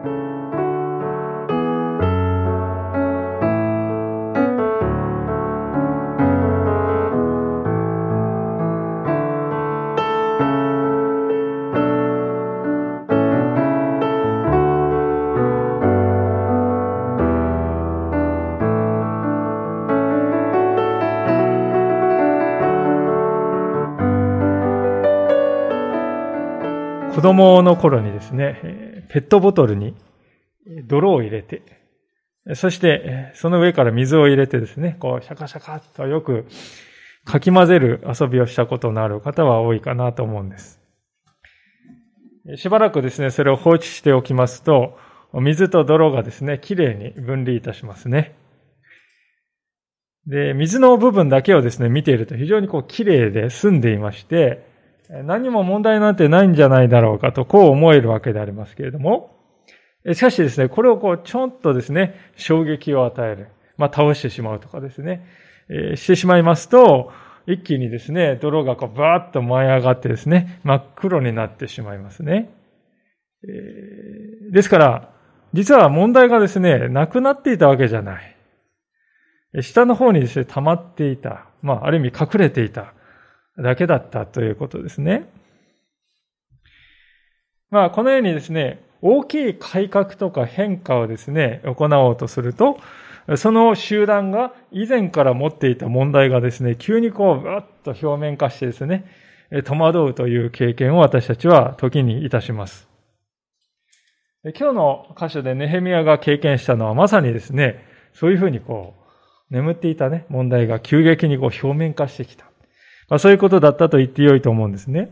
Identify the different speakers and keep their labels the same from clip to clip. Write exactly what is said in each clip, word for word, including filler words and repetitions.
Speaker 1: 子供の頃にですね、ペットボトルに泥を入れて、そしてその上から水を入れてですね、こうシャカシャカっとよくかき混ぜる遊びをしたことのある方は多いかなと思うんです。しばらくですね、それを放置しておきますと、水と泥がですね、きれいに分離いたしますね。で、水の部分だけをですね、見ていると非常にこうきれいで澄んでいまして、何も問題なんてないんじゃないだろうかと、こう思えるわけでありますけれども、しかしですね、これをこうちょっとですね、衝撃を与える。まあ、倒してしまうとかですね、えー、してしまいますと、一気にですね、泥がこうバーッと舞い上がってですね、真っ黒になってしまいますね。えー、ですから、実は問題がですね、なくなっていたわけじゃない。下の方にですね、溜まっていた。まあ、ある意味隠れていただけだったということですね。まあ、このようにですね、大きい改革とか変化をですね、行おうとすると、その集団が以前から持っていた問題がですね、急にこう、ぶわっと表面化してですね、戸惑うという経験を私たちは時にいたします。今日の箇所でネヘミヤが経験したのはまさにですね、そういうふうにこう、眠っていたね、問題が急激にこう表面化してきた。まあ、そういうことだったと言ってよいと思うんですね。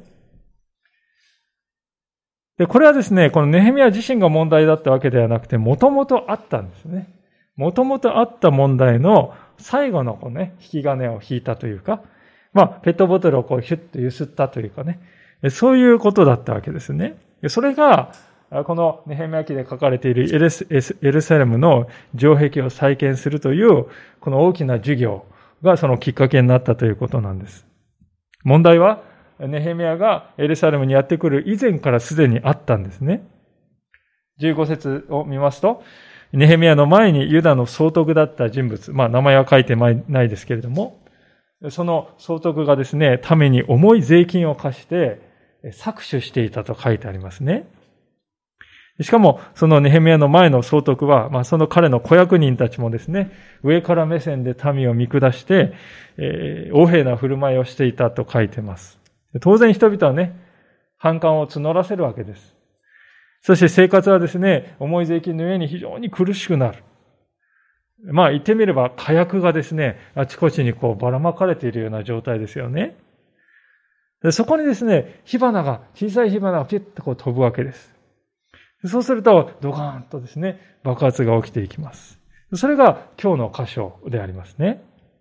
Speaker 1: で、これはですね、このネヘミヤ自身が問題だったわけではなくて、もともとあったんですね。もともとあった問題の最後のこうね、引き金を引いたというか、まあ、ペットボトルをこうヒュッと揺すったというかね、そういうことだったわけですね。それが、このネヘミヤ記で書かれているエルス、エルサレムの城壁を再建するという、この大きな事業がそのきっかけになったということなんです。問題は、ネヘミヤがエルサレムにやってくる以前からすでにあったんですね。じゅうご節を見ますと、ネヘミヤの前にユダの総督だった人物、まあ名前は書いてないですけれども、その総督がですね、民に重い税金を課して搾取していたと書いてありますね。しかも、そのネヘミヤの前の総督は、まあその彼の子役人たちもですね、上から目線で民を見下して、えー、横柄な振る舞いをしていたと書いています。当然人々はね、反感を募らせるわけです。そして生活はですね、重い税金の上に非常に苦しくなる。まあ言ってみれば火薬がですね、あちこちにこうばらまかれているような状態ですよね。でそこにですね、火花が、小さい火花がピュッとこう飛ぶわけです。そうすると、ドカーンとですね、爆発が起きていきます。それが今日の箇所でありますね。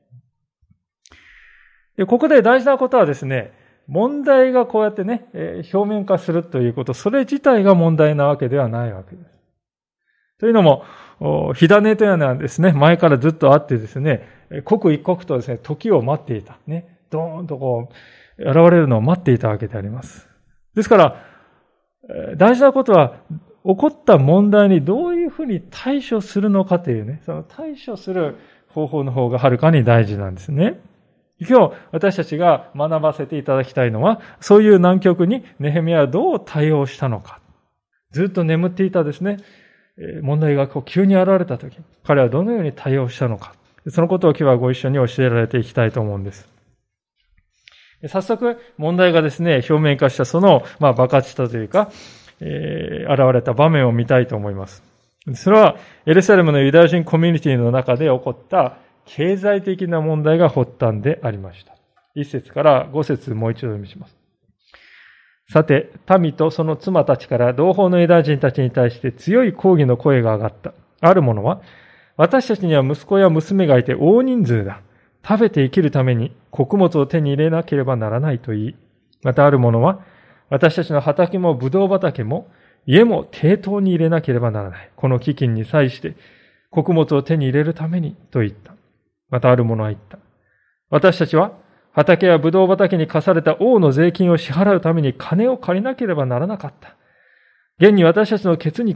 Speaker 1: でここで大事なことはですね、問題がこうやってね、表面化するということ、それ自体が問題なわけではないわけです。というのも、火種というのはですね、前からずっとあってですね、刻一刻とですね、時を待っていた。ね、ドーンとこう、現れるのを待っていたわけであります。ですから、大事なことは、起こった問題にどういうふうに対処するのかというね、その対処する方法の方がはるかに大事なんですね。今日私たちが学ばせていただきたいのは、そういう難局にネヘミヤはどう対応したのか。ずっと眠っていたですね、問題がこう急に現れたとき、彼はどのように対応したのか。そのことを今日はご一緒に教えられていきたいと思うんです。早速、問題がですね、表面化したその、まあ、爆発したというか、えー、現れた場面を見たいと思います。それは、エルサレムのユダヤ人コミュニティの中で起こった経済的な問題が発端でありました。一節から五節もう一度読みします。さて、民とその妻たちから同胞のユダヤ人たちに対して強い抗議の声が上がった。ある者は、私たちには息子や娘がいて大人数だ。食べて生きるために穀物を手に入れなければならないと言い、またある者は、私たちの畑もブドウ畑も家も抵当に入れなければならない。この飢饉に際して穀物を手に入れるためにと言った。またある者は言った。私たちは畑やブドウ畑に課された王の税金を支払うために金を借りなければならなかった。現に私たちの血肉は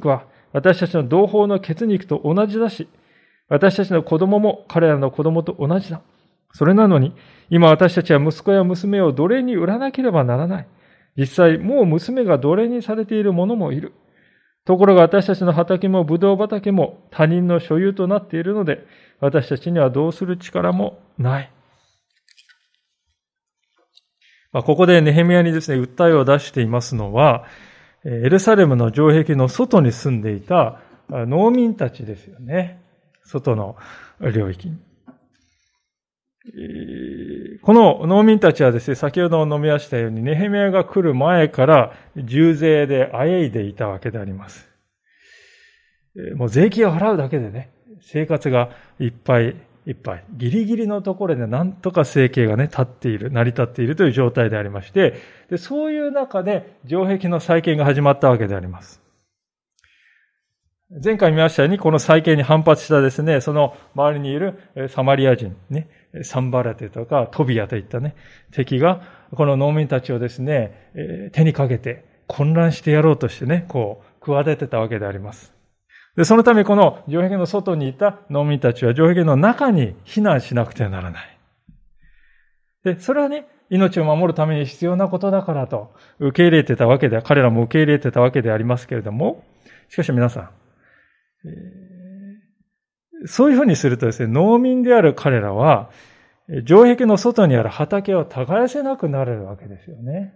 Speaker 1: 私たちの同胞の血肉と同じだし、私たちの子供も彼らの子供と同じだ。それなのに、今私たちは息子や娘を奴隷に売らなければならない。実際、もう娘が奴隷にされている者もいる。ところが私たちの畑もブドウ畑も他人の所有となっているので、私たちにはどうする力もない。まあ、ここでネヘミヤにですね、訴えを出していますのは、エルサレムの城壁の外に住んでいた農民たちですよね。外の領域に。この農民たちはですね、先ほど述べましたように、ネヘミヤが来る前から重税であえいでいたわけであります。もう税金を払うだけでね、生活がいっぱいいっぱい、ギリギリのところでなんとか生計がね、立っている、成り立っているという状態でありまして、でそういう中で城壁の再建が始まったわけであります。前回見ましたように、この再建に反発したですね、その周りにいるサマリア人、ね、サンバラテとかトビアといったね、敵がこの農民たちをですね、手にかけて混乱してやろうとしてね、こう、企てたわけであります。で、そのためこの城壁の外にいた農民たちは城壁の中に避難しなくてはならない。で、それはね、命を守るために必要なことだからと受け入れてたわけで、彼らも受け入れてたわけでありますけれども、しかし皆さん、そういうふうにするとですね、農民である彼らは、城壁の外にある畑を耕せなくなるわけですよね。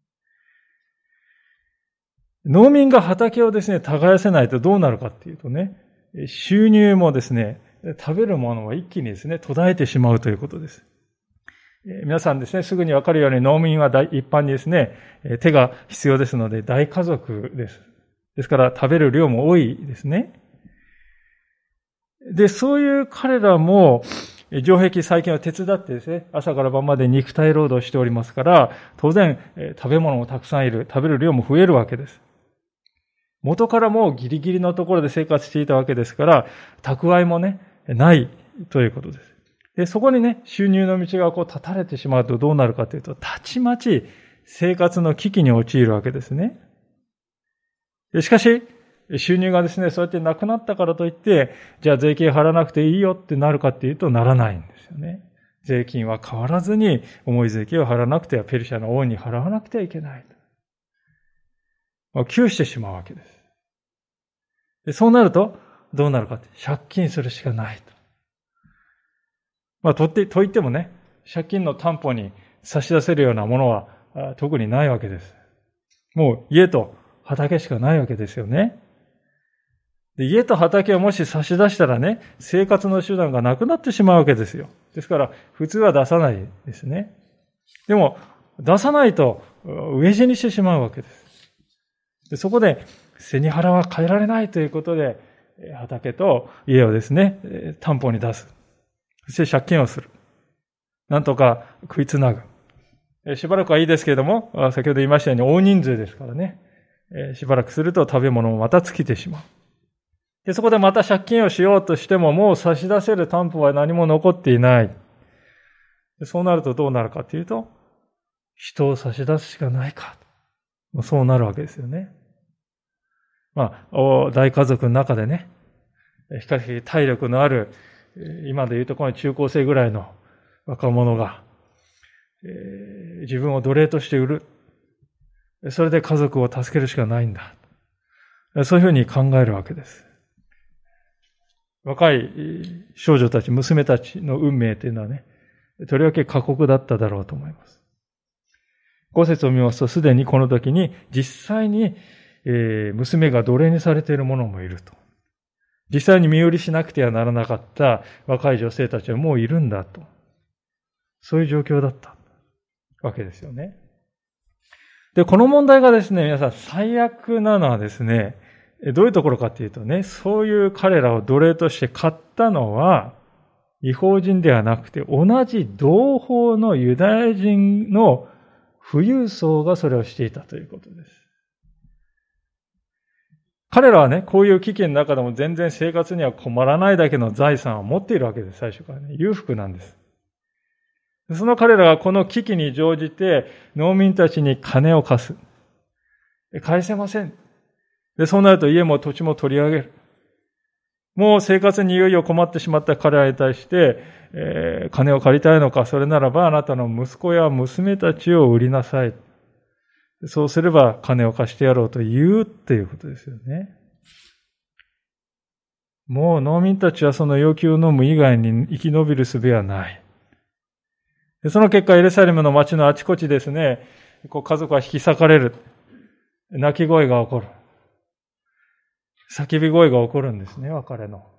Speaker 1: 農民が畑をですね、耕せないとどうなるかっていうとね、収入もですね、食べるものは一気にですね、途絶えてしまうということです。皆さんですね、すぐにわかるように農民は一般にですね、手が必要ですので大家族です。ですから食べる量も多いですね。で、そういう彼らも、城壁再建を手伝ってですね、朝から晩まで肉体労働しておりますから、当然、食べ物もたくさんいる、食べる量も増えるわけです。元からもうギリギリのところで生活していたわけですから、蓄えもね、ないということです。で、そこにね、収入の道がこう断たれてしまうとどうなるかというと、たちまち生活の危機に陥るわけですね。でしかし、収入がですね、そうやってなくなったからといって、じゃあ税金払わなくていいよってなるかっていうとならないんですよね。税金は変わらずに重い税金を払わなくては、ペルシャの王に払わなくてはいけない。窮してしまうわけです。でそうなると、どうなるかって、借金するしかないと。まあ、とって、と言ってもね、借金の担保に差し出せるようなものは特にないわけです。もう家と畑しかないわけですよね。で家と畑をもし差し出したらね、生活の手段がなくなってしまうわけですよ。ですから、普通は出さないですね。でも、出さないと、飢え死にしてしまうわけです。でそこで、背に腹は変えられないということで、畑と家をですね、担保に出す。そして借金をする。なんとか食いつなぐ。しばらくはいいですけれども、先ほど言いましたように大人数ですからね。しばらくすると食べ物もまた尽きてしまう。で、そこでまた借金をしようとしても、もう差し出せる担保は何も残っていない。そうなるとどうなるかというと、人を差し出すしかないか。そうなるわけですよね。まあ、大家族の中でね、比較的体力のある、今でいうとこの中高生ぐらいの若者が、自分を奴隷として売る。それで家族を助けるしかないんだ。そういうふうに考えるわけです。若い少女たち、娘たちの運命というのはね、とりわけ過酷だっただろうと思います。ご節を見ますと、すでにこの時に実際に娘が奴隷にされている者もいると。実際に身売りしなくてはならなかった若い女性たちはもういるんだと。そういう状況だったわけですよね。で、この問題がですね、皆さん最悪なのはですね、どういうところかっていうとね、そういう彼らを奴隷として買ったのは、異邦人ではなくて、同じ同胞のユダヤ人の富裕層がそれをしていたということです。彼らはね、こういう危機の中でも全然生活には困らないだけの財産を持っているわけです、最初からね。裕福なんです。その彼らがこの危機に乗じて農民たちに金を貸す。返せません。 で、そうなると家も土地も取り上げる。もう生活にいよいよ困ってしまった彼らに対して、えー、金を借りたいのか、それならばあなたの息子や娘たちを売りなさい。そうすれば金を貸してやろうと言うっていうことですよね。もう農民たちはその要求を飲む以外に生き延びる術はない。でその結果、エルサレムの町のあちこちですね、こう家族は引き裂かれる。泣き声が起こる。叫び声が起こるんですね、別れの。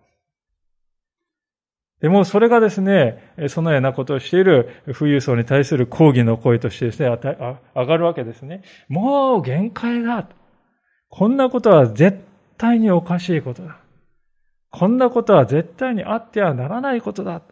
Speaker 1: でもそれがですね、そのようなことをしている富裕層に対する抗議の声としてですね、上がるわけですね。もう限界だ。こんなことは絶対におかしいことだ。こんなことは絶対にあってはならないことだ。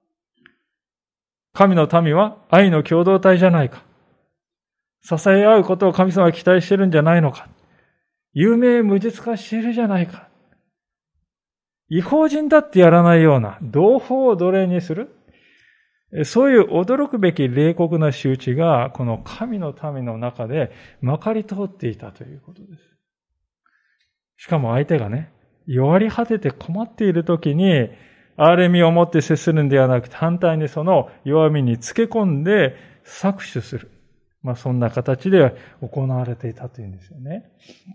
Speaker 1: 神の民は愛の共同体じゃないか。支え合うことを神様は期待しているんじゃないのか。有名無実化しているじゃないか。違法人だってやらないような同胞を奴隷にする。そういう驚くべき冷酷な仕打ちがこの神の民の中でまかり通っていたということです。しかも相手がね、弱り果てて困っているときに憐れみを持って接するんではなくて、反対にその弱みにつけ込んで搾取する。まあそんな形で行われていたというんですよね。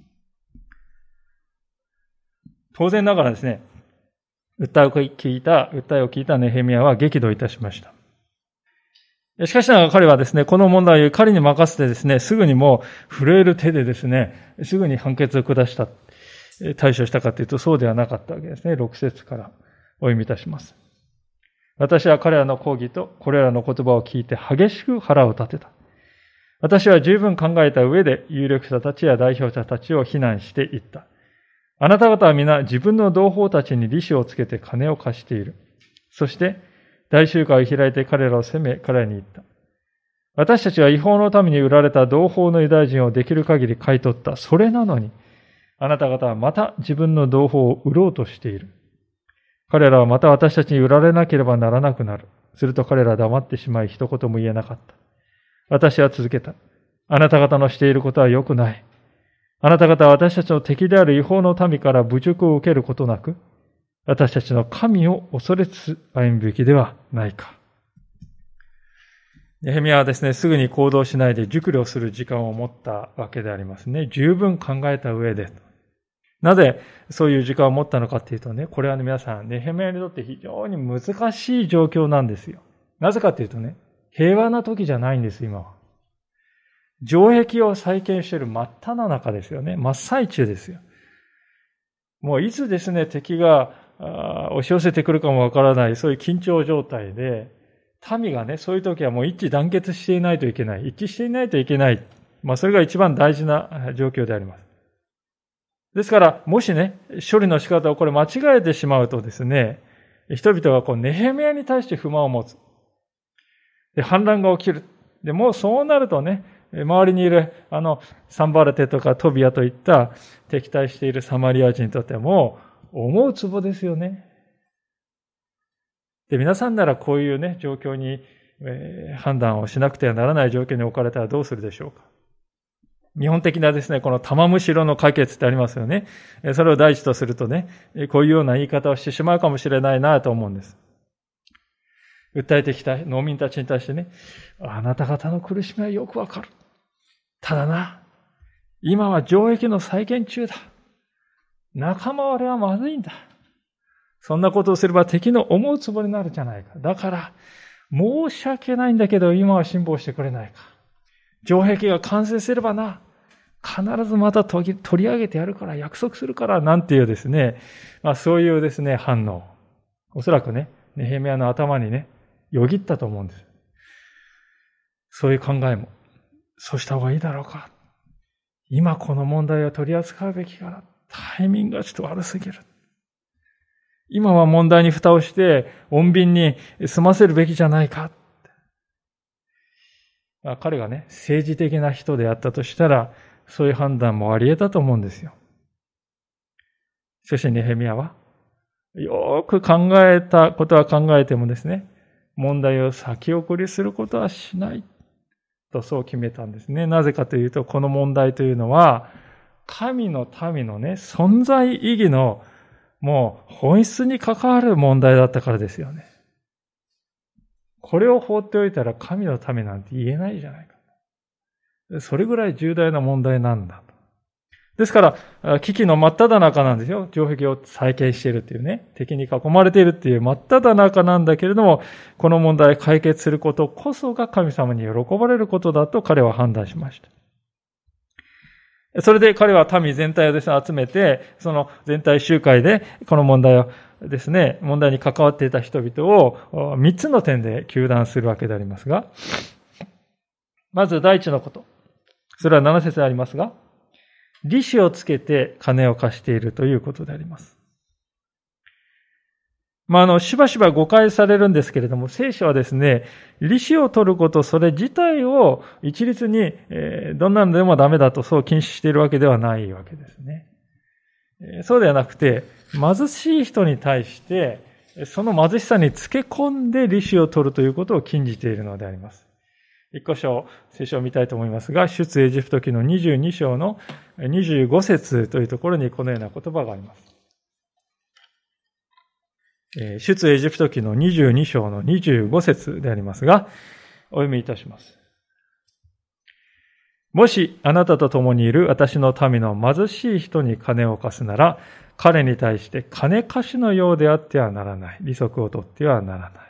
Speaker 1: 当然ながらですね、訴えを聞いた、訴えを聞いたネヘミヤは激怒いたしました。しかしながら彼はですね、この問題を彼に任せてですね、すぐにもう震える手でですね、すぐに判決を下した、対処したかというとそうではなかったわけですね。ろく節からお読みいたします。私は彼らの抗議とこれらの言葉を聞いて激しく腹を立てた。私は十分考えた上で有力者たちや代表者たちを非難していった。あなた方は皆自分の同胞たちに利子をつけて金を貸している。そして大集会を開いて彼らを責め、彼らに言った。私たちは違法のために売られた同胞のユダヤ人をできる限り買い取った。それなのに、あなた方はまた自分の同胞を売ろうとしている。彼らはまた私たちに売られなければならなくなる。すると彼らは黙ってしまい一言も言えなかった。私は続けた。あなた方のしていることは良くない。あなた方は私たちの敵である違法の民から侮辱を受けることなく、私たちの神を恐れつつ歩むべきではないか。ネヘミヤはですね、すぐに行動しないで熟慮する時間を持ったわけでありますね。十分考えた上で。なぜそういう時間を持ったのかというとね、これはね、皆さん、ネヘミヤにとって非常に難しい状況なんですよ。なぜかというとね、平和な時じゃないんです、今は。城壁を再建している真っ只中ですよね。真っ最中ですよ。もういつですね、敵が押し寄せてくるかもわからない、そういう緊張状態で、民がね、そういう時はもう一致団結していないといけない。一致していないといけない。まあそれが一番大事な状況であります。ですから、もしね、処理の仕方をこれ間違えてしまうとですね、人々がこうネヘミヤに対して不満を持つ。で、反乱が起きる。で、もうそうなるとね、周りにいる、あの、サンバルテとかトビアといった敵対しているサマリア人にとっても、思うツボですよね。で、皆さんならこういうね、状況に、えー、判断をしなくてはならない状況に置かれたらどうするでしょうか。日本的なですね、この玉むしろの解決ってありますよね。それを第一とするとね、こういうような言い方をしてしまうかもしれないなと思うんです。訴えてきた農民たちに対してね、あなた方の苦しみはよくわかる。ただな、今は城壁の再建中だ。仲間割れはまずいんだ。そんなことをすれば敵の思うつぼになるじゃないか。だから、申し訳ないんだけど、今は辛抱してくれないか。城壁が完成すればな、必ずまた取り上げてやるから約束するからなんていうですね、まあそういうですね、反応。おそらくね、ネヘミヤの頭にね、よぎったと思うんです。そういう考えも、そうした方がいいだろうか。今この問題を取り扱うべきから、タイミングがちょっと悪すぎる。今は問題に蓋をして、穏便に済ませるべきじゃないか。まあ、彼がね、政治的な人であったとしたら、そういう判断もあり得たと思うんですよ。しかしネヘミヤは、よく考えたことは考えてもですね、問題を先送りすることはしないとそう決めたんですね。なぜかというと、この問題というのは神の民のね、存在意義のもう本質に関わる問題だったからですよね。これを放っておいたら神の民なんて言えないじゃないか。それぐらい重大な問題なんだ。ですから、危機の真っ只中なんですよ。城壁を再建しているっていうね。敵に囲まれているっていう真っ只中なんだけれども、この問題を解決することこそが神様に喜ばれることだと彼は判断しました。それで彼は民全体をですね、集めて、その全体集会でこの問題をですね、問題に関わっていた人々を三つの点で糾弾するわけでありますが、まず第一のこと。それはなな節ありますが、利子をつけて金を貸しているということであります。まあ、あの、しばしば誤解されるんですけれども、聖書はですね、利子を取ること、それ自体を一律に、えー、どんなのでもダメだとそう禁止しているわけではないわけですね。えー、そうではなくて、貧しい人に対して、その貧しさにつけ込んで利子を取るということを禁じているのであります。一箇所、聖書を見たいと思いますが、出エジプト記のにじゅうに章のにじゅうご節というところにこのような言葉があります。出エジプト記のにじゅうに章のにじゅうご節でありますが、お読みいたします。もしあなたと共にいる私の民の貧しい人に金を貸すなら、彼に対して金貸しのようであってはならない。利息を取ってはならない。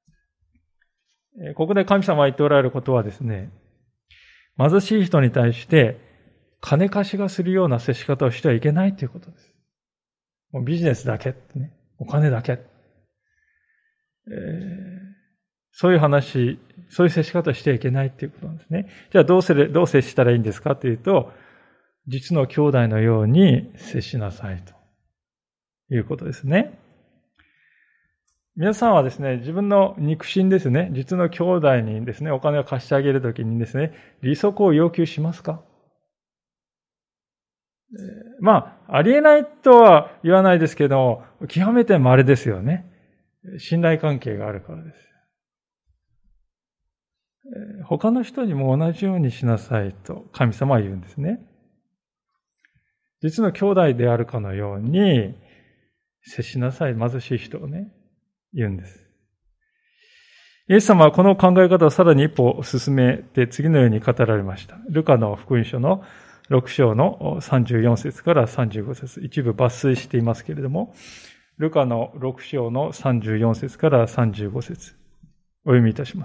Speaker 1: ここで神様が言っておられることはですね、貧しい人に対して金貸しがするような接し方をしてはいけないということです。もうビジネスだけ、ね、お金だけ、えー、そういう話、そういう接し方をしてはいけないということなんですね。じゃあどうする、どう接したらいいんですかというと、実の兄弟のように接しなさいということですね。皆さんはですね、自分の肉親ですね、実の兄弟にですね、お金を貸してあげるときにですね、利息を要求しますか？えー、まあ、ありえないとは言わないですけど、極めて稀ですよね。信頼関係があるからです。えー、他の人にも同じようにしなさいと神様は言うんですね。実の兄弟であるかのように接しなさい、貧しい人をね。言うんです。イエス様はこの考え方をさらに一歩進めて次のように語られました。ルカの福音書のろく章のさんじゅうよん節からさんじゅうご節、一部抜粋していますけれども、ルカのろく章のさんじゅうよん節からさんじゅうご節、お読みいたします。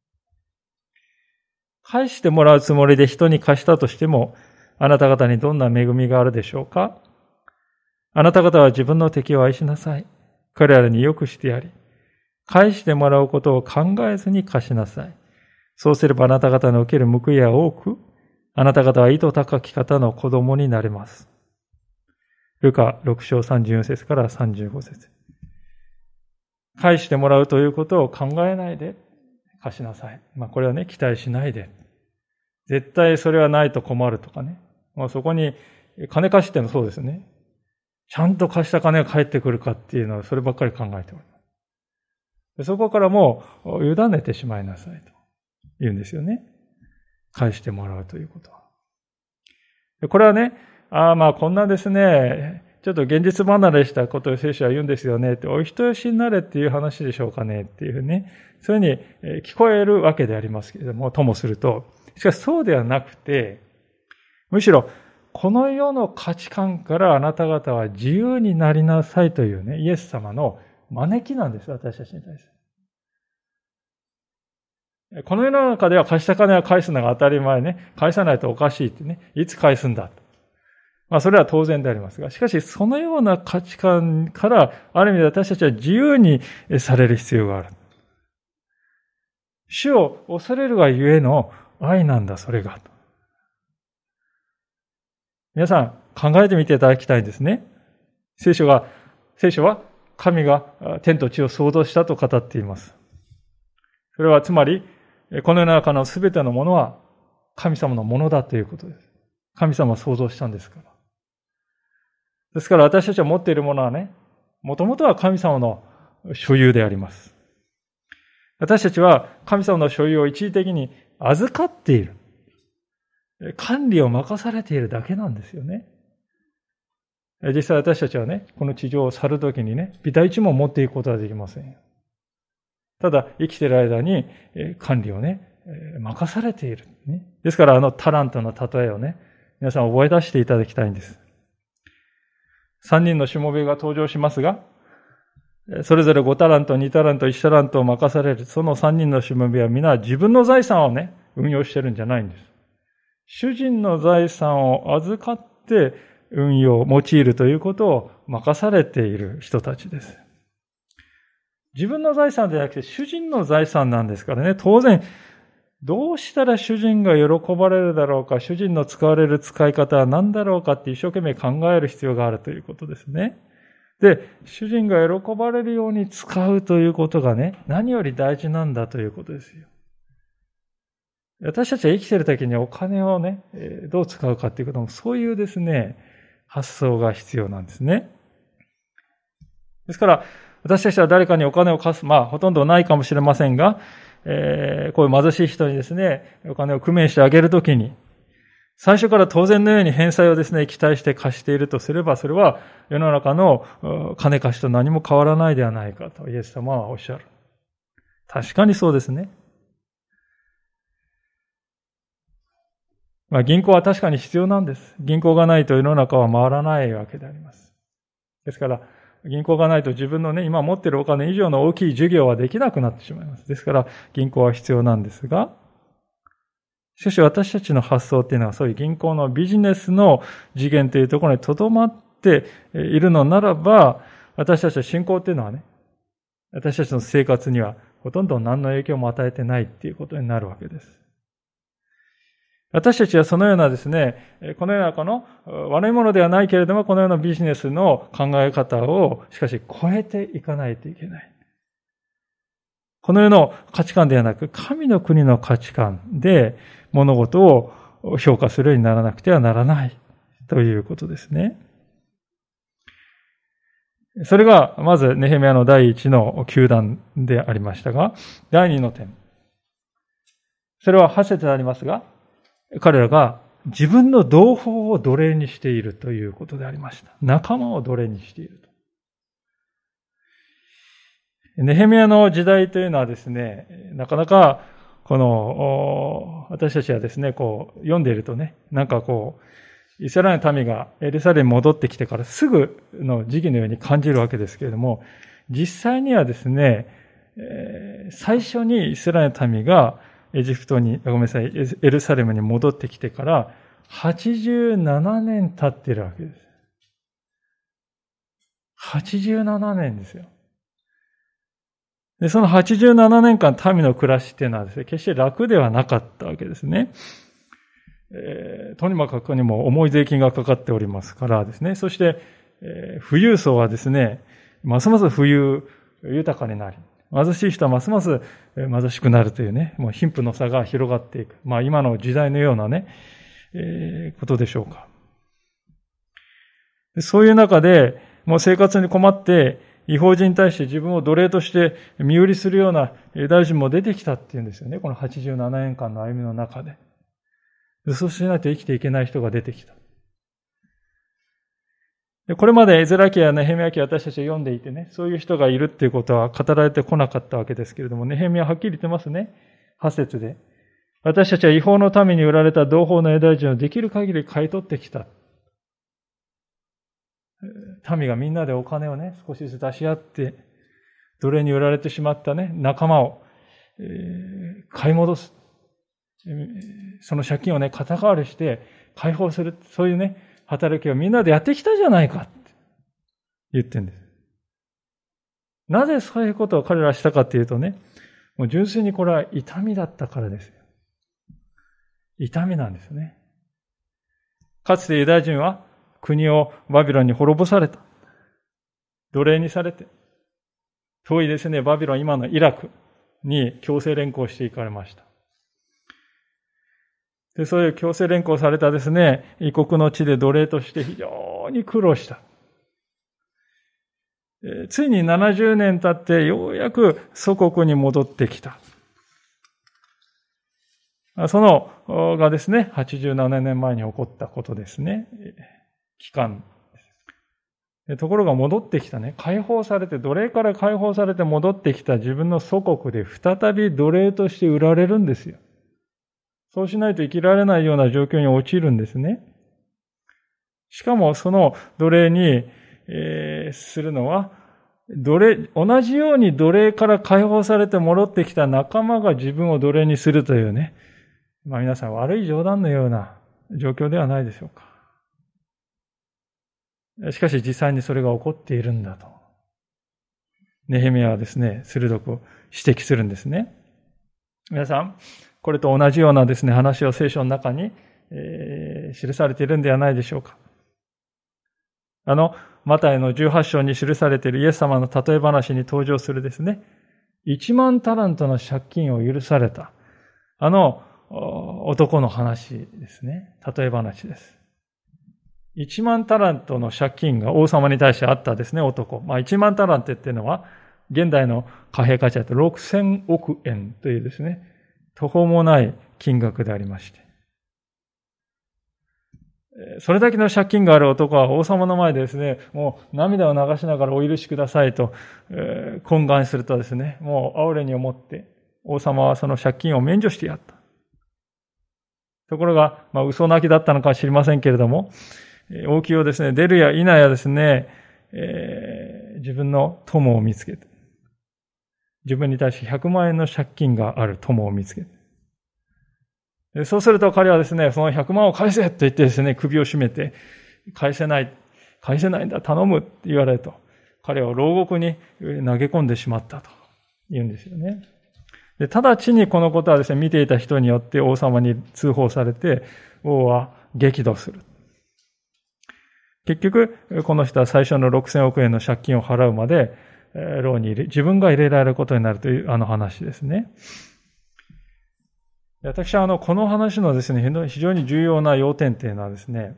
Speaker 1: 返してもらうつもりで人に貸したとしても、あなた方にどんな恵みがあるでしょうか？あなた方は自分の敵を愛しなさい。彼らによくしてやり、返してもらうことを考えずに貸しなさい。そうすればあなた方の受ける報いは多く、あなた方は意図高き方の子供になれます。ルカろく章さんじゅうよん節からさんじゅうご節。返してもらうということを考えないで貸しなさい。まあこれはね、期待しないで。絶対それはないと困るとかね。まあそこに金貸しってのそうですね。ちゃんと貸した金が返ってくるかっていうのはそればっかり考えております。そこからもう委ねてしまいなさいと言うんですよね。返してもらうということは。これはね、ああまあこんなですね、ちょっと現実離れしたことを聖書は言うんですよねって、お人よしになれっていう話でしょうかねっていうね、そういうふうに聞こえるわけでありますけれども、ともすると、しかしそうではなくて、むしろこの世の価値観からあなた方は自由になりなさいというね、イエス様の招きなんです、私たちに対して。この世の中では貸した金は返すのが当たり前ね、返さないとおかしいってね、いつ返すんだと。まあそれは当然でありますが、しかしそのような価値観から、ある意味で私たちは自由にされる必要がある。主を恐れるがゆえの愛なんだ、それが。皆さん考えてみていただきたいんですね。聖書が、聖書は神が天と地を創造したと語っています。それはつまり、この世の中のすべてのものは神様のものだということです。神様は創造したんですから。ですから私たちが持っているものはね、もともとは神様の所有であります。私たちは神様の所有を一時的に預かっている。 管理を任されているだけなんですよね。実際私たちはね、この地上を去るときにね、ビタ一文持っていくことはできませんよ。ただ、生きている間に管理をね、任されている。ですから、あのタラントの例えをね、皆さん覚え出していただきたいんです。三人のしもべが登場しますが、それぞれごタラント、にタラント、いちタラントを任される。その三人のしもべは皆自分の財産をね、運用してるんじゃないんです。主人の財産を預かって運用、用いるということを任されている人たちです。自分の財産ではなくて主人の財産なんですからね、当然、どうしたら主人が喜ばれるだろうか、主人の使われる使い方は何だろうかって一生懸命考える必要があるということですね。で、主人が喜ばれるように使うということがね、何より大事なんだということですよ。私たちは生きているときにお金をね、どう使うかということも、そういうですね、発想が必要なんですね。ですから、私たちは誰かにお金を貸す、まあ、ほとんどないかもしれませんが、えー、こういう貧しい人にですね、お金を工面してあげるときに、最初から当然のように返済をですね、期待して貸しているとすれば、それは世の中の金貸しと何も変わらないではないかとイエス様はおっしゃる。確かにそうですね。まあ、銀行は確かに必要なんです。銀行がないと世の中は回らないわけであります。ですから、銀行がないと自分のね、今持っているお金以上の大きい事業はできなくなってしまいます。ですから、銀行は必要なんですが、しかし私たちの発想っていうのはそういう銀行のビジネスの次元というところに留まっているのならば、私たちの信仰っていうのはね、私たちの生活にはほとんど何の影響も与えてないっていうことになるわけです。私たちはそのようなですね、このようなこの悪いものではないけれども、このようなビジネスの考え方をしかし超えていかないといけない。この世の価値観ではなく、神の国の価値観で物事を評価するようにならなくてはならないということですね。それが、まず、ネヘミヤの第一の糾弾でありましたが、第二の点。それはは節でありますが、彼らが自分の同胞を奴隷にしているということでありました。仲間を奴隷にしていると。ネヘミヤの時代というのはですね、なかなか、この、私たちはですね、こう、読んでいるとね、なんかこう、イスラエルの民がエルサレムに戻ってきてからすぐの時期のように感じるわけですけれども、実際にはですね、最初にイスラエルの民がエジプトに、ごめんなさい、エルサレムに戻ってきてからはちじゅうななねん経っているわけです。はちじゅうななねんですよ。で、そのはちじゅうななねんかん民の暮らしっていうのはですね、決して楽ではなかったわけですね。えー、とにもかくにも重い税金がかかっておりますからですね。そして、えー、富裕層はですね、ますます富裕、豊かになり、貧しい人はますます貧しくなるというね、もう貧富の差が広がっていく。まあ今の時代のようなね、えー、ことでしょうか。そういう中で、もう生活に困って、異邦人に対して自分を奴隷として身売りするようなユダヤ人も出てきたっていうんですよね。このはちじゅうななねんかんの歩みの中で。そうしないと生きていけない人が出てきた。これまでエゼラ記やネヘミヤ記私たちは読んでいてね、そういう人がいるっていうことは語られてこなかったわけですけれども、ネヘミヤははっきり言ってますね。はち節で。私たちは違法のために売られた同胞のユダヤ人をできる限り買い取ってきた。民がみんなでお金をね、少しずつ出し合って、奴隷に売られてしまったね、仲間を、えー、買い戻す。その借金をね、肩代わりして解放する。そういうね、働きをみんなでやってきたじゃないかって言ってるんです。なぜそういうことを彼らはしたかっていうとね、もう純粋にこれは痛みだったからですよ。痛みなんですね。かつてユダヤ人は国をバビロンに滅ぼされた。奴隷にされて、遠いですね、バビロン、今のイラクに強制連行していかれました。で、そういう強制連行されたですね、異国の地で奴隷として非常に苦労した。ついにななじゅうねん経ってようやく祖国に戻ってきた。 そのがですね、はちじゅうななねんまえに起こったことですね。期間。ところが戻ってきたね、解放されて、奴隷から解放されて戻ってきた自分の祖国で再び奴隷として売られるんですよ。そうしないと生きられないような状況に陥るんですね。しかもその奴隷に、えー、するのは、奴隷、同じように奴隷から解放されて戻ってきた仲間が自分を奴隷にするというね、まあ皆さん悪い冗談のような状況ではないでしょうか。しかし実際にそれが起こっているんだと。ネヘミヤはですね、鋭く指摘するんですね。皆さん、これと同じようなですね、話を聖書の中に、えー、記されているんではないでしょうか。あの、マタイのじゅうはち章に記されているイエス様の例え話に登場するですね、一万タラントの借金を許された、あの男の話ですね。例え話です。一万タラントの借金が王様に対してあったですね、男。まあ一万タラントっていうのは、現代の貨幣価値だとろくせんおくえんというですね、途方もない金額でありまして。それだけの借金がある男は王様の前でですね、もう涙を流しながらお許しくださいと、えー、懇願するとですね、もう哀れに思って王様はその借金を免除してやった。ところが、まあ嘘泣きだったのかは知りませんけれども、王宮をですね、出るや否やですね、えー、自分の友を見つけて、自分に対してひゃくまんえんの借金がある友を見つけて、そうすると彼はですね、そのひゃくまんを返せと言ってですね、首を絞めて、返せない、返せないんだ、頼むって言われると、彼は牢獄に投げ込んでしまったと言うんですよね。で、直ちにこのことはですね、見ていた人によって王様に通報されて、王は激怒する。結局、この人は最初のろくせんおくえんの借金を払うまで、牢に入れ、自分が入れられることになるというあの話ですね。私はあの、この話のですね、非常に重要な要点というのはですね、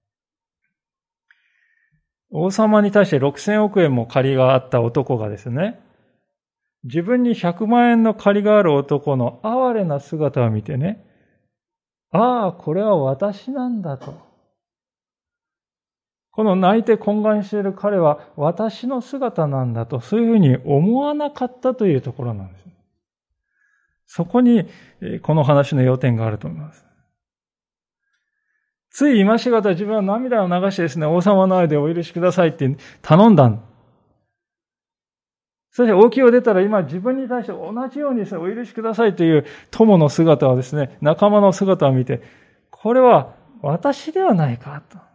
Speaker 1: 王様に対してろくせんおくえんも借りがあった男がですね、自分にひゃくまんえんの借りがある男の哀れな姿を見てね、ああ、これは私なんだと。この泣いて懇願している彼は私の姿なんだと、そういうふうに思わなかったというところなんです。そこにこの話の要点があると思います。つい今しがた自分は涙を流してですね、王様の前でお許しくださいって頼んだ。そして王宮を出たら今自分に対して同じようにですね、お許しくださいという友の姿をですね、仲間の姿を見て、これは私ではないかと。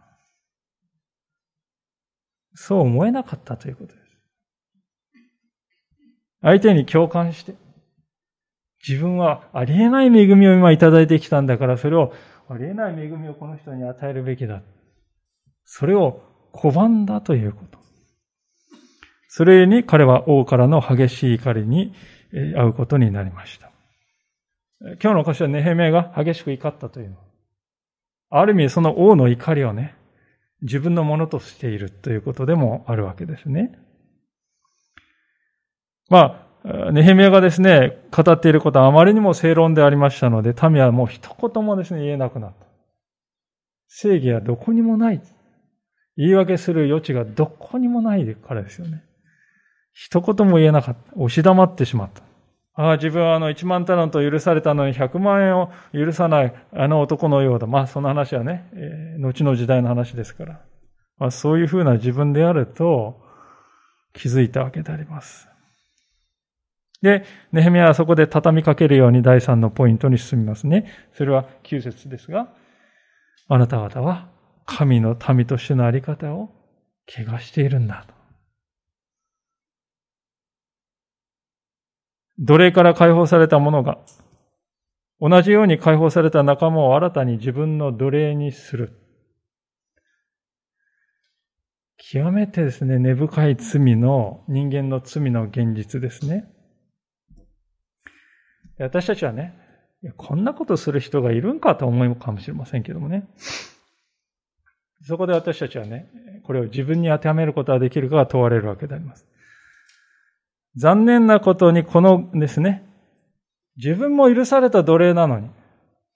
Speaker 1: そう思えなかったということです。相手に共感して、自分はありえない恵みを今いただいてきたんだから、それをありえない恵みをこの人に与えるべきだ。それを拒んだということ。それに彼は王からの激しい怒りに遭うことになりました。今日の箇所はネヘミヤが激しく怒ったというのは、ある意味その王の怒りをね、自分のものとしているということでもあるわけですね。まあ、ネヘミヤがですね、語っていることはあまりにも正論でありましたので、民はもう一言もですね、言えなくなった。正義はどこにもない。言い訳する余地がどこにもないからですよね。一言も言えなかった。押し黙ってしまった。ああ、自分はあの一万タラント許されたのにひゃくまんえんを許さないあの男のようだ。まあその話はね、えー、後の時代の話ですから。まあそういうふうな自分であると気づいたわけであります。で、ネヘミヤはそこで畳みかけるようにだいさんのポイントに進みますね。それはきゅう節ですが、あなた方は神の民としてのあり方を汚しているんだと。奴隷から解放された者が、同じように解放された仲間を新たに自分の奴隷にする。極めてですね、根深い罪の、人間の罪の現実ですね。私たちはね、こんなことする人がいるんかと思うかもしれませんけどもね。そこで私たちはね、これを自分に当てはめることができるかが問われるわけであります。残念なことにこのですね、自分も許された奴隷なのに、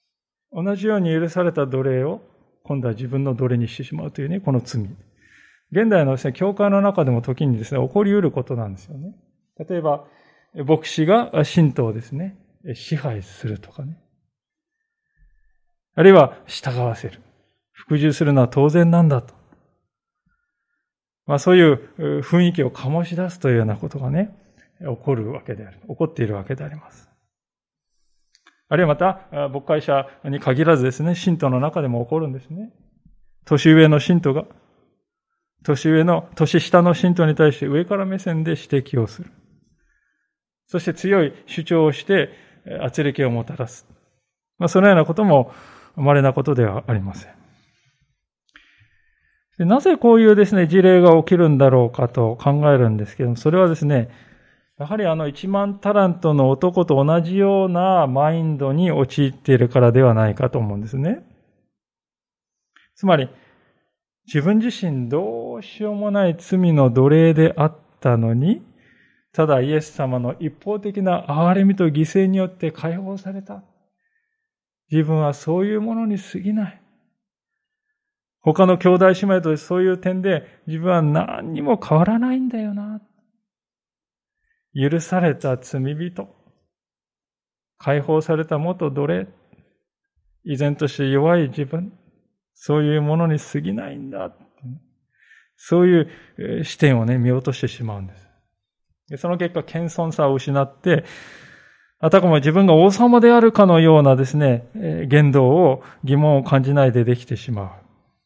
Speaker 1: 同じように許された奴隷を今度は自分の奴隷にしてしまうというね、この罪。現代のですね、教会の中でも時にですね、起こり得ることなんですよね。例えば、牧師が信徒をですね、支配するとかね。あるいは従わせる。服従するのは当然なんだと。まあそういう雰囲気を醸し出すというようなことがね、起こるわけである。起こっているわけであります。あるいはまた、牧会者に限らずですね、信徒の中でも起こるんですね。年上の信徒が、年上の、年下の信徒に対して上から目線で指摘をする。そして強い主張をして圧力をもたらす。まあ、そのようなことも稀なことではありません。でなぜこういうですね、事例が起きるんだろうかと考えるんですけども、それはですね、やはりあの一万タラントの男と同じようなマインドに陥っているからではないかと思うんですね。つまり、自分自身どうしようもない罪の奴隷であったのに、ただイエス様の一方的な憐れみと犠牲によって解放された。自分はそういうものに過ぎない。他の兄弟姉妹とそういう点で自分は何にも変わらないんだよな。許された罪人。解放された元奴隷。依然として弱い自分。そういうものに過ぎないんだ。そういう視点をね、見落としてしまうんです。その結果、謙遜さを失って、あたかも自分が王様であるかのようなですね、言動を疑問を感じないでできてしま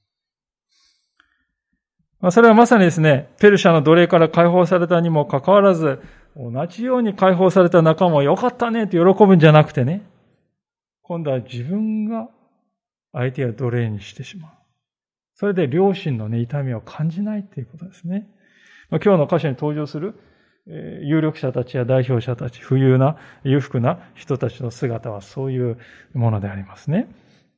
Speaker 1: う。それはまさにですね、ペルシャの奴隷から解放されたにもかかわらず、同じように解放された仲間をよかったねと喜ぶんじゃなくてね、今度は自分が相手を奴隷にしてしまう。それで良心のね、痛みを感じないということですね。今日の箇所に登場する有力者たちや代表者たち、富裕な、裕福な人たちの姿はそういうものでありますね。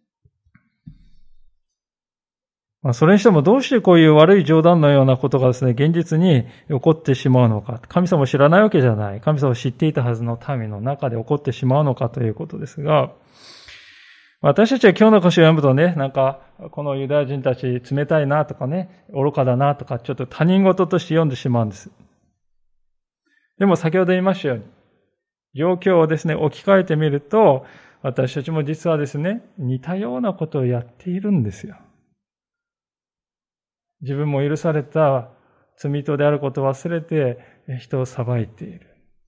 Speaker 1: まあ、それにしてもどうしてこういう悪い冗談のようなことがですね、現実に起こってしまうのか。神様を知らないわけじゃない。神様を知っていたはずの民の中で起こってしまうのかということですが、私たちは今日の箇所を読むとね、なんか、このユダヤ人たち冷たいなとかね、愚かだなとか、ちょっと他人事として読んでしまうんです。でも先ほど言いましたように、状況をですね、置き換えてみると、私たちも実はですね、似たようなことをやっているんですよ。自分も許された罪人であることを忘れて人を裁いている。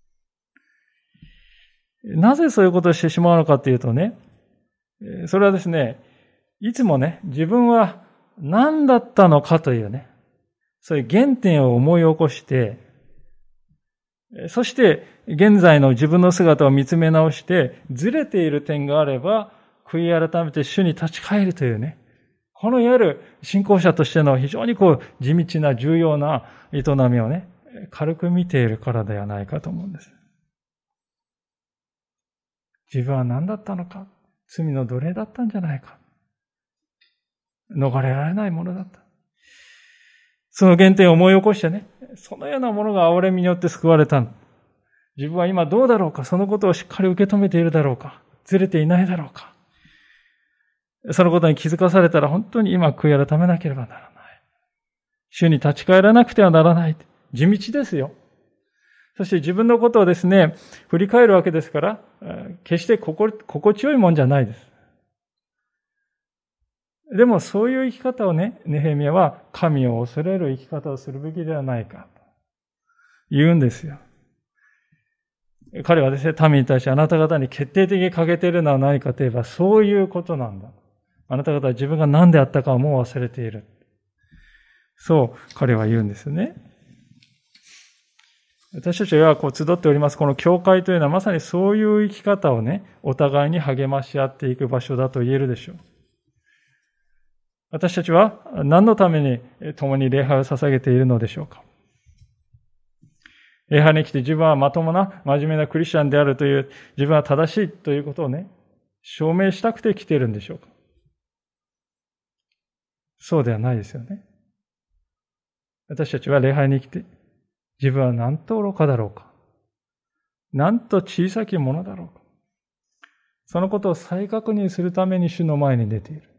Speaker 1: なぜそういうことをしてしまうのかというとね、それはですね、いつもね、自分は何だったのかというね、そういう原点を思い起こして、そして現在の自分の姿を見つめ直して、ずれている点があれば、悔い改めて主に立ち返るというね、このいわゆる信仰者としての非常にこう地道な重要な営みをね、軽く見ているからではないかと思うんです。自分は何だったのか、罪の奴隷だったんじゃないか。逃れられないものだった。その原点を思い起こしてね、そのようなものが憐れみによって救われた。自分は今どうだろうか、そのことをしっかり受け止めているだろうか、ずれていないだろうか。そのことに気づかされたら本当に今悔い改めなければならない。主に立ち返らなくてはならない。地道ですよ。そして自分のことをですね、振り返るわけですから、決して心地よいもんじゃないです。でもそういう生き方をね、ネヘミヤは神を恐れる生き方をするべきではないかと言うんですよ。彼はですね、民に対してあなた方に決定的に欠けているのは何かといえばそういうことなんだ。あなた方は自分が何であったかをもう忘れている。そう彼は言うんですね。私たちがこう集っておりますこの教会というのはまさにそういう生き方をね、お互いに励まし合っていく場所だと言えるでしょう。私たちは何のために共に礼拝を捧げているのでしょうか。礼拝に来て自分はまともな真面目なクリスチャンであるという、自分は正しいということをね、証明したくて来ているんでしょうか。そうではないですよね。私たちは礼拝に来て、自分はなんと愚かだろうか。なんと小さきものだろうか。 そのことを再確認するために主の前に出ている。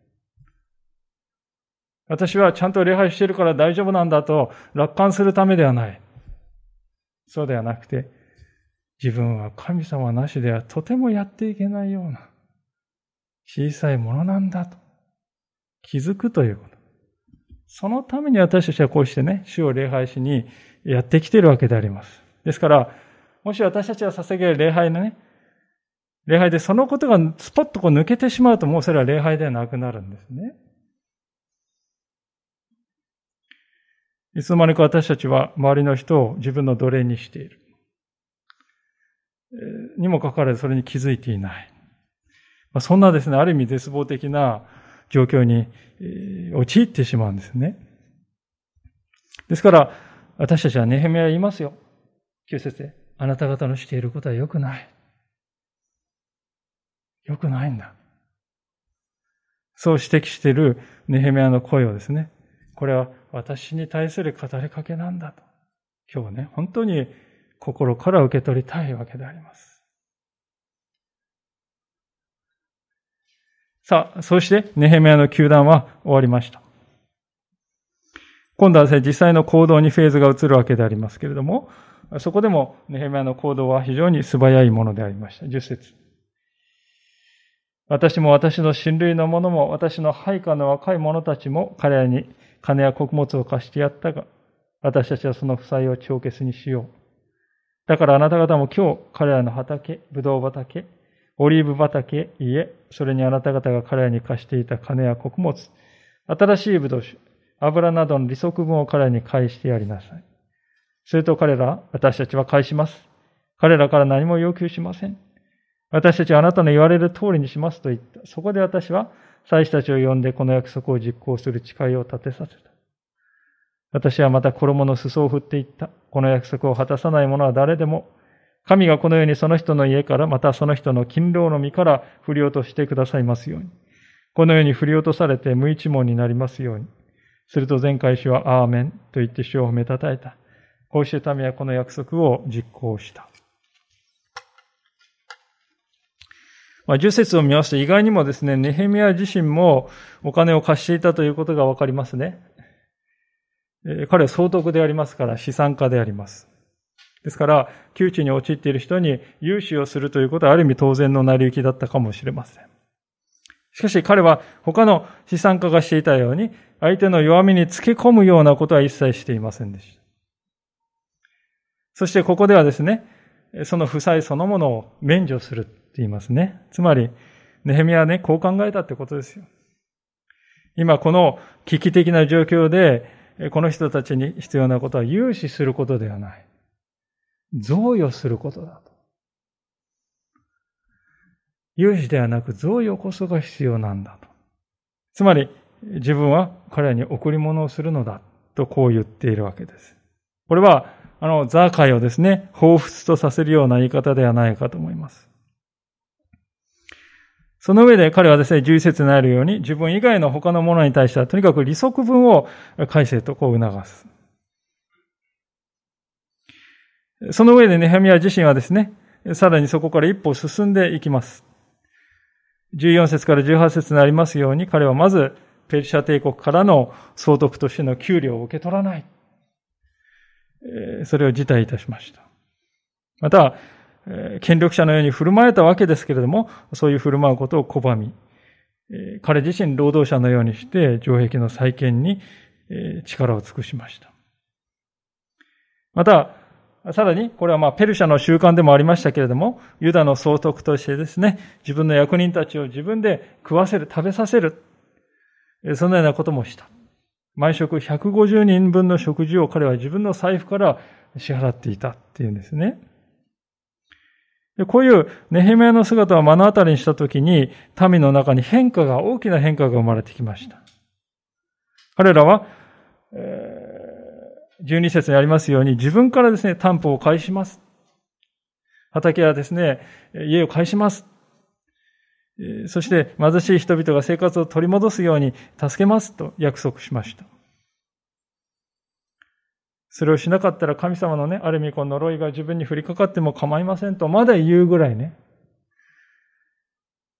Speaker 1: 私はちゃんと礼拝しているから大丈夫なんだと楽観するためではない。そうではなくて、自分は神様なしではとてもやっていけないような小さいものなんだと気づくということ。そのために私たちはこうしてね、主を礼拝しにやってきているわけであります。ですから、もし私たちが捧げる礼拝のね、礼拝でそのことがスポッとこう抜けてしまうと、もうそれは礼拝ではなくなるんですね。いつの間にか私たちは周りの人を自分の奴隷にしている。にもかかわらずそれに気づいていない。そんなですね、ある意味絶望的な状況に陥ってしまうんですね。ですから、私たちはネヘミヤは言いますよ。きゅう節で。あなた方のしていることは良くない。良くないんだ。そう指摘しているネヘミヤの声をですね、これは私に対する語りかけなんだと。今日ね、本当に心から受け取りたいわけであります。さあ、そしてネヘミヤの糾弾は終わりました。今度はですね、実際の行動にフェーズが移るわけでありますけれども、そこでもネヘミヤの行動は非常に素早いものでありました。じゅっ節。私も私の親類の者も私の配下の若い者たちも彼らに金や穀物を貸してやったが、私たちはその負債を帳消しにしよう。だからあなた方も今日彼らの畑、ブドウ畑、オリーブ畑、家、それにあなた方が彼らに貸していた金や穀物、新しいブドウ酒、油などの利息分を彼らに返してやりなさい。すると彼ら、私たちは返します。彼らから何も要求しません。私たちはあなたの言われる通りにしますと言った。そこで私は祭司たちを呼んでこの約束を実行する誓いを立てさせた。私はまた衣の裾を振っていった。この約束を果たさない者は誰でも、神がこのようにその人の家から、またその人の勤労の身から振り落としてくださいますように。このように振り落とされて無一文になりますように。すると前回主はアーメンと言って主を褒めたたえた。こうして民はこの約束を実行した。まあ、じゅっ節を見ますと意外にもですね、ネヘミヤ自身もお金を貸していたということがわかりますね。えー、彼は総督でありますから資産家であります。ですから、窮地に陥っている人に融資をするということはある意味当然の成り行きだったかもしれません。しかし彼は他の資産家がしていたように、相手の弱みにつけ込むようなことは一切していませんでした。そしてここではですね、その負債そのものを免除するって言いますね。つまり、ネヘミヤはね、こう考えたってことですよ。今この危機的な状況で、この人たちに必要なことは融資することではない。贈与することだと。融資ではなく贈与こそが必要なんだと。つまり自分は彼らに贈り物をするのだとこう言っているわけです。これはあのザーカイをですね、彷彿とさせるような言い方ではないかと思います。その上で彼はですね、じゅういち節にあるように自分以外の他の者に対してはとにかく利息分を返せとこう促す。その上でネヘミヤ自身はですね、さらにそこから一歩進んでいきます。じゅうよん節からじゅうはち節にありますように、彼はまずペルシャ帝国からの総督としての給料を受け取らない。それを辞退いたしました。また、権力者のように振る舞えたわけですけれども、そういう振る舞うことを拒み、彼自身労働者のようにして城壁の再建に力を尽くしました。また、さらに、これはまあペルシャの習慣でもありましたけれども、ユダの総督としてですね、自分の役人たちを自分で食わせる、食べさせる、そのようなこともした。毎食ひゃくごじゅうにんぶんの食事を彼は自分の財布から支払っていたっていうんですね。こういうネヘミヤの姿を目の当たりにしたときに、民の中に変化が、大きな変化が生まれてきました。彼らは、えーじゅうに節にありますように、自分からですね、担保を返します。畑はですね、家を返します。そして貧しい人々が生活を取り戻すように助けますと約束しました。それをしなかったら神様のね、ある意味この呪いが自分に降りかかっても構いませんとまだ言うぐらいね、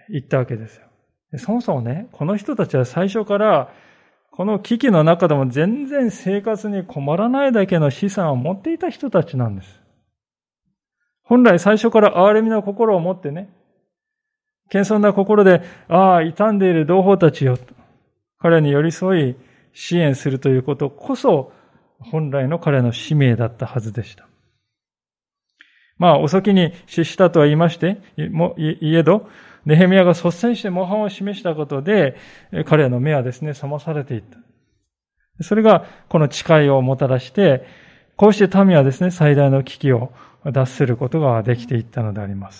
Speaker 1: 言ったわけですよ。そもそもね、この人たちは最初から、この危機の中でも全然生活に困らないだけの資産を持っていた人たちなんです。本来最初から憐れみの心を持ってね、謙遜な心で、ああ、傷んでいる同胞たちよ、彼に寄り添い支援するということこそ、本来の彼の使命だったはずでした。まあ、遅きに死したとは言いまして、もいえど、ネヘミヤが率先して模範を示したことで、彼の目はですね、覚まされていった。それが、この誓いをもたらして、こうして民はですね、最大の危機を脱することができていったのであります。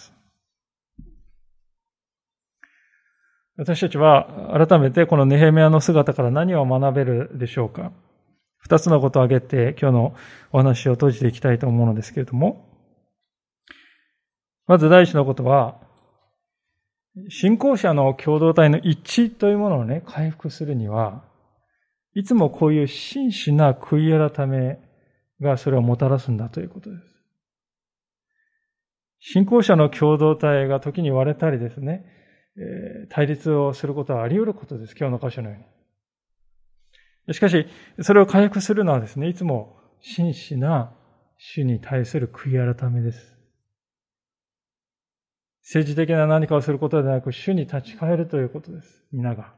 Speaker 1: 私たちは、改めてこのネヘミヤの姿から何を学べるでしょうか。二つのことを挙げて、今日のお話を閉じていきたいと思うのですけれども、まず第一のことは、信仰者の共同体の一致というものをね、回復するには、いつもこういう真摯な悔い改めがそれをもたらすんだということです。信仰者の共同体が時に割れたりですね、対立をすることはあり得ることです。今日の箇所のように。しかし、それを回復するのはですね、いつも真摯な主に対する悔い改めです。政治的な何かをすることではなく、主に立ち返るということです。皆が。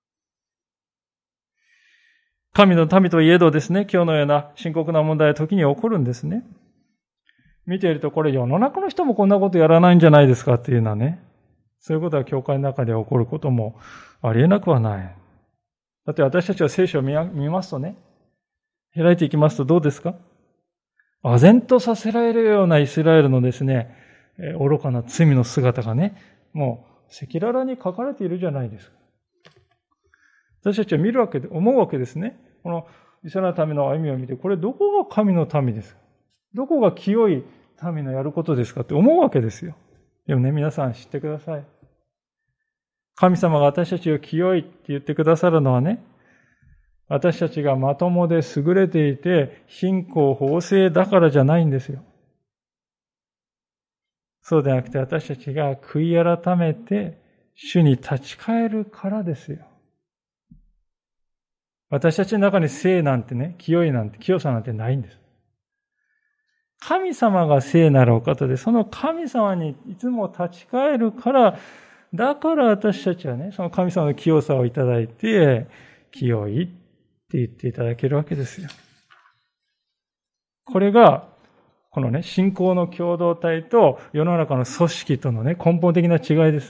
Speaker 1: 神の民といえどですね、今日のような深刻な問題は時に起こるんですね。見ていると、これ世の中の人もこんなことやらないんじゃないですかっていうのはね、そういうことは教会の中で起こることもありえなくはない。だって私たちは聖書を見ますとね、開いていきますとどうですか？唖然とさせられるようなイスラエルのですね、愚かな罪の姿がね、もう赤裸々に書かれているじゃないですか。私たちは見るわけで、思うわけですね。このイスラエルのための歩みを見て、これどこが神の民ですか？どこが清い民のやることですかって思うわけですよ。でもね、皆さん知ってください。神様が私たちを清いって言ってくださるのはね、私たちがまともで優れていて、貧困法制だからじゃないんですよ。そうではなくて、私たちが悔い改めて主に立ち返るからですよ。私たちの中に聖なんてね、清いなんて、清さなんてないんです。神様が聖なるお方で、その神様にいつも立ち返るから、だから私たちはね、その神様の清さをいただいて、清いって言っていただけるわけですよ。これが、このね、信仰の共同体と世の中の組織とのね、根本的な違いです。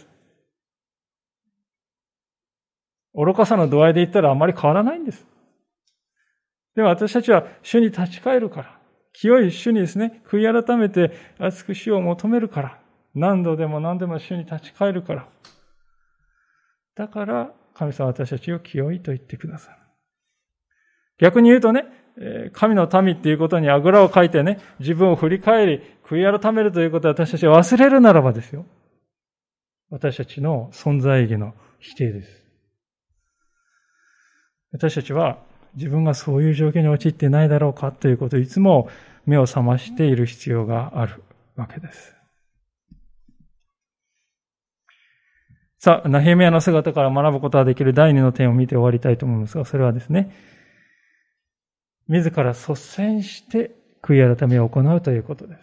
Speaker 1: 愚かさの度合いで言ったらあまり変わらないんです。でも私たちは主に立ち返るから、清い主にですね、悔い改めて熱く主を求めるから、何度でも何でも主に立ち返るから。だから神様は私たちを清いと言ってくださる。逆に言うとね、神の民っていうことにあぐらをかいてね、自分を振り返り、悔い改めるということを私たちは忘れるならばですよ。私たちの存在意義の否定です。私たちは自分がそういう状況に陥っていないだろうかということをいつも目を覚ましている必要があるわけです。さあ、ナヘミヤの姿から学ぶことができる第二の点を見て終わりたいと思いますが、それはですね、自ら率先して悔い改めを行うということです。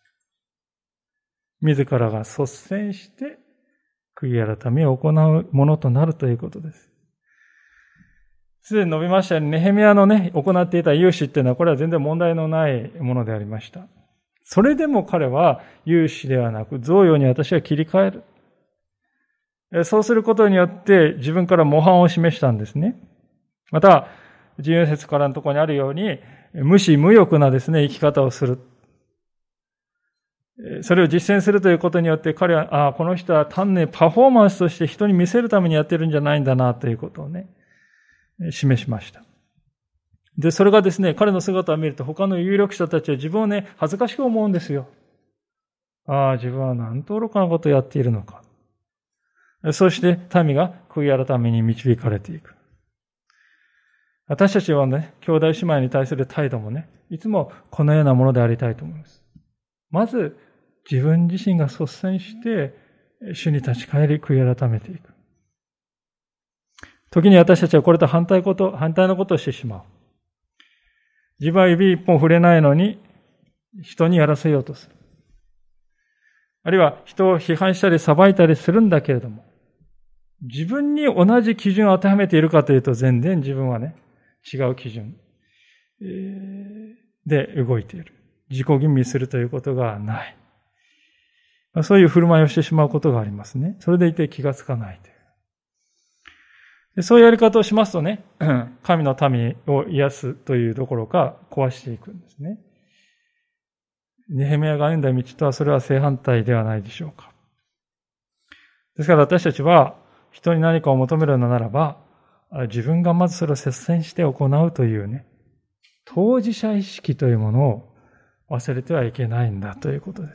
Speaker 1: 自らが率先して悔い改めを行うものとなるということです。すでに述べましたように、ネヘミヤのね、行っていた融資っていうのは、これは全然問題のないものでありました。それでも彼は融資ではなく、贈与に私は切り替える。そうすることによって自分から模範を示したんですね。また、じゅうよん節からのところにあるように、無私無欲なですね、生き方をする。それを実践するということによって彼は、ああ、この人は単にパフォーマンスとして人に見せるためにやってるんじゃないんだなということをね、示しました。で、それがですね、彼の姿を見ると他の有力者たちは自分をね、恥ずかしく思うんですよ。ああ、自分はなんと愚かなことをやっているのか。そして民が悔い改めに導かれていく。私たちはね、兄弟姉妹に対する態度もね、いつもこのようなものでありたいと思います。まず、自分自身が率先して主に立ち返り、悔い改めていく。時に私たちはこれと反対こと、反対のことをしてしまう。自分は指一本触れないのに、人にやらせようとする。あるいは人を批判したり裁いたりするんだけれども、自分に同じ基準を当てはめているかというと、全然自分はね、違う基準で動いている。自己吟味するということがない。そういう振る舞いをしてしまうことがありますね。それでいて気がつかないという。でそういうやり方をしますとね、神の民を癒すというどころか壊していくんですね。ネヘミヤが歩んだ道とはそれは正反対ではないでしょうか。ですから私たちは人に何かを求めるのならば、自分がまずそれを率先して行うというね、当事者意識というものを忘れてはいけないんだということです。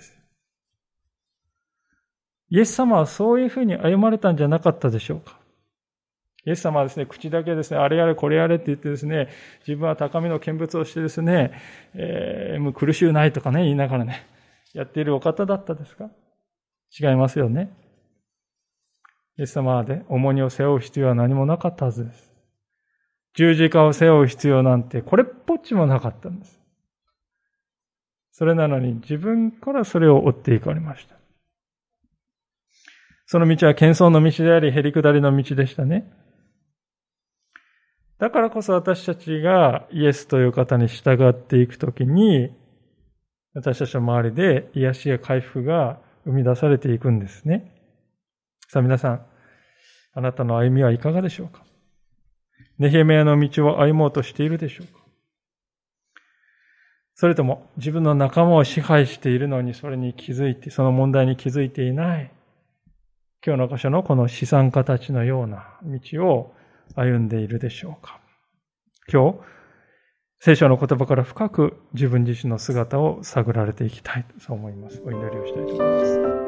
Speaker 1: イエス様はそういうふうに歩まれたんじゃなかったでしょうか。イエス様はですね、口だけですね、あれやれこれやれって言ってですね、自分は高みの見物をしてですね、えー、もう苦しゅうないとかね、言いながらね、やっているお方だったですか？違いますよね。イエス様で重荷を背負う必要は何もなかったはずです。十字架を背負う必要なんてこれっぽっちもなかったんです。それなのに自分からそれを追っていかれました。その道は謙遜の道であり、へりくだりの道でしたね。だからこそ私たちがイエスという方に従っていくときに、私たちの周りで癒しや回復が生み出されていくんですね。さあ皆さん、あなたの歩みはいかがでしょうか？ネヘミヤの道を歩もうとしているでしょうか？それとも自分の仲間を支配しているのにそれに気づいて、その問題に気づいていない、今日の箇所のこの資産家たちのような道を歩んでいるでしょうか。今日、聖書の言葉から深く自分自身の姿を探られていきたいと、そう思います。お祈りをしたいと思います。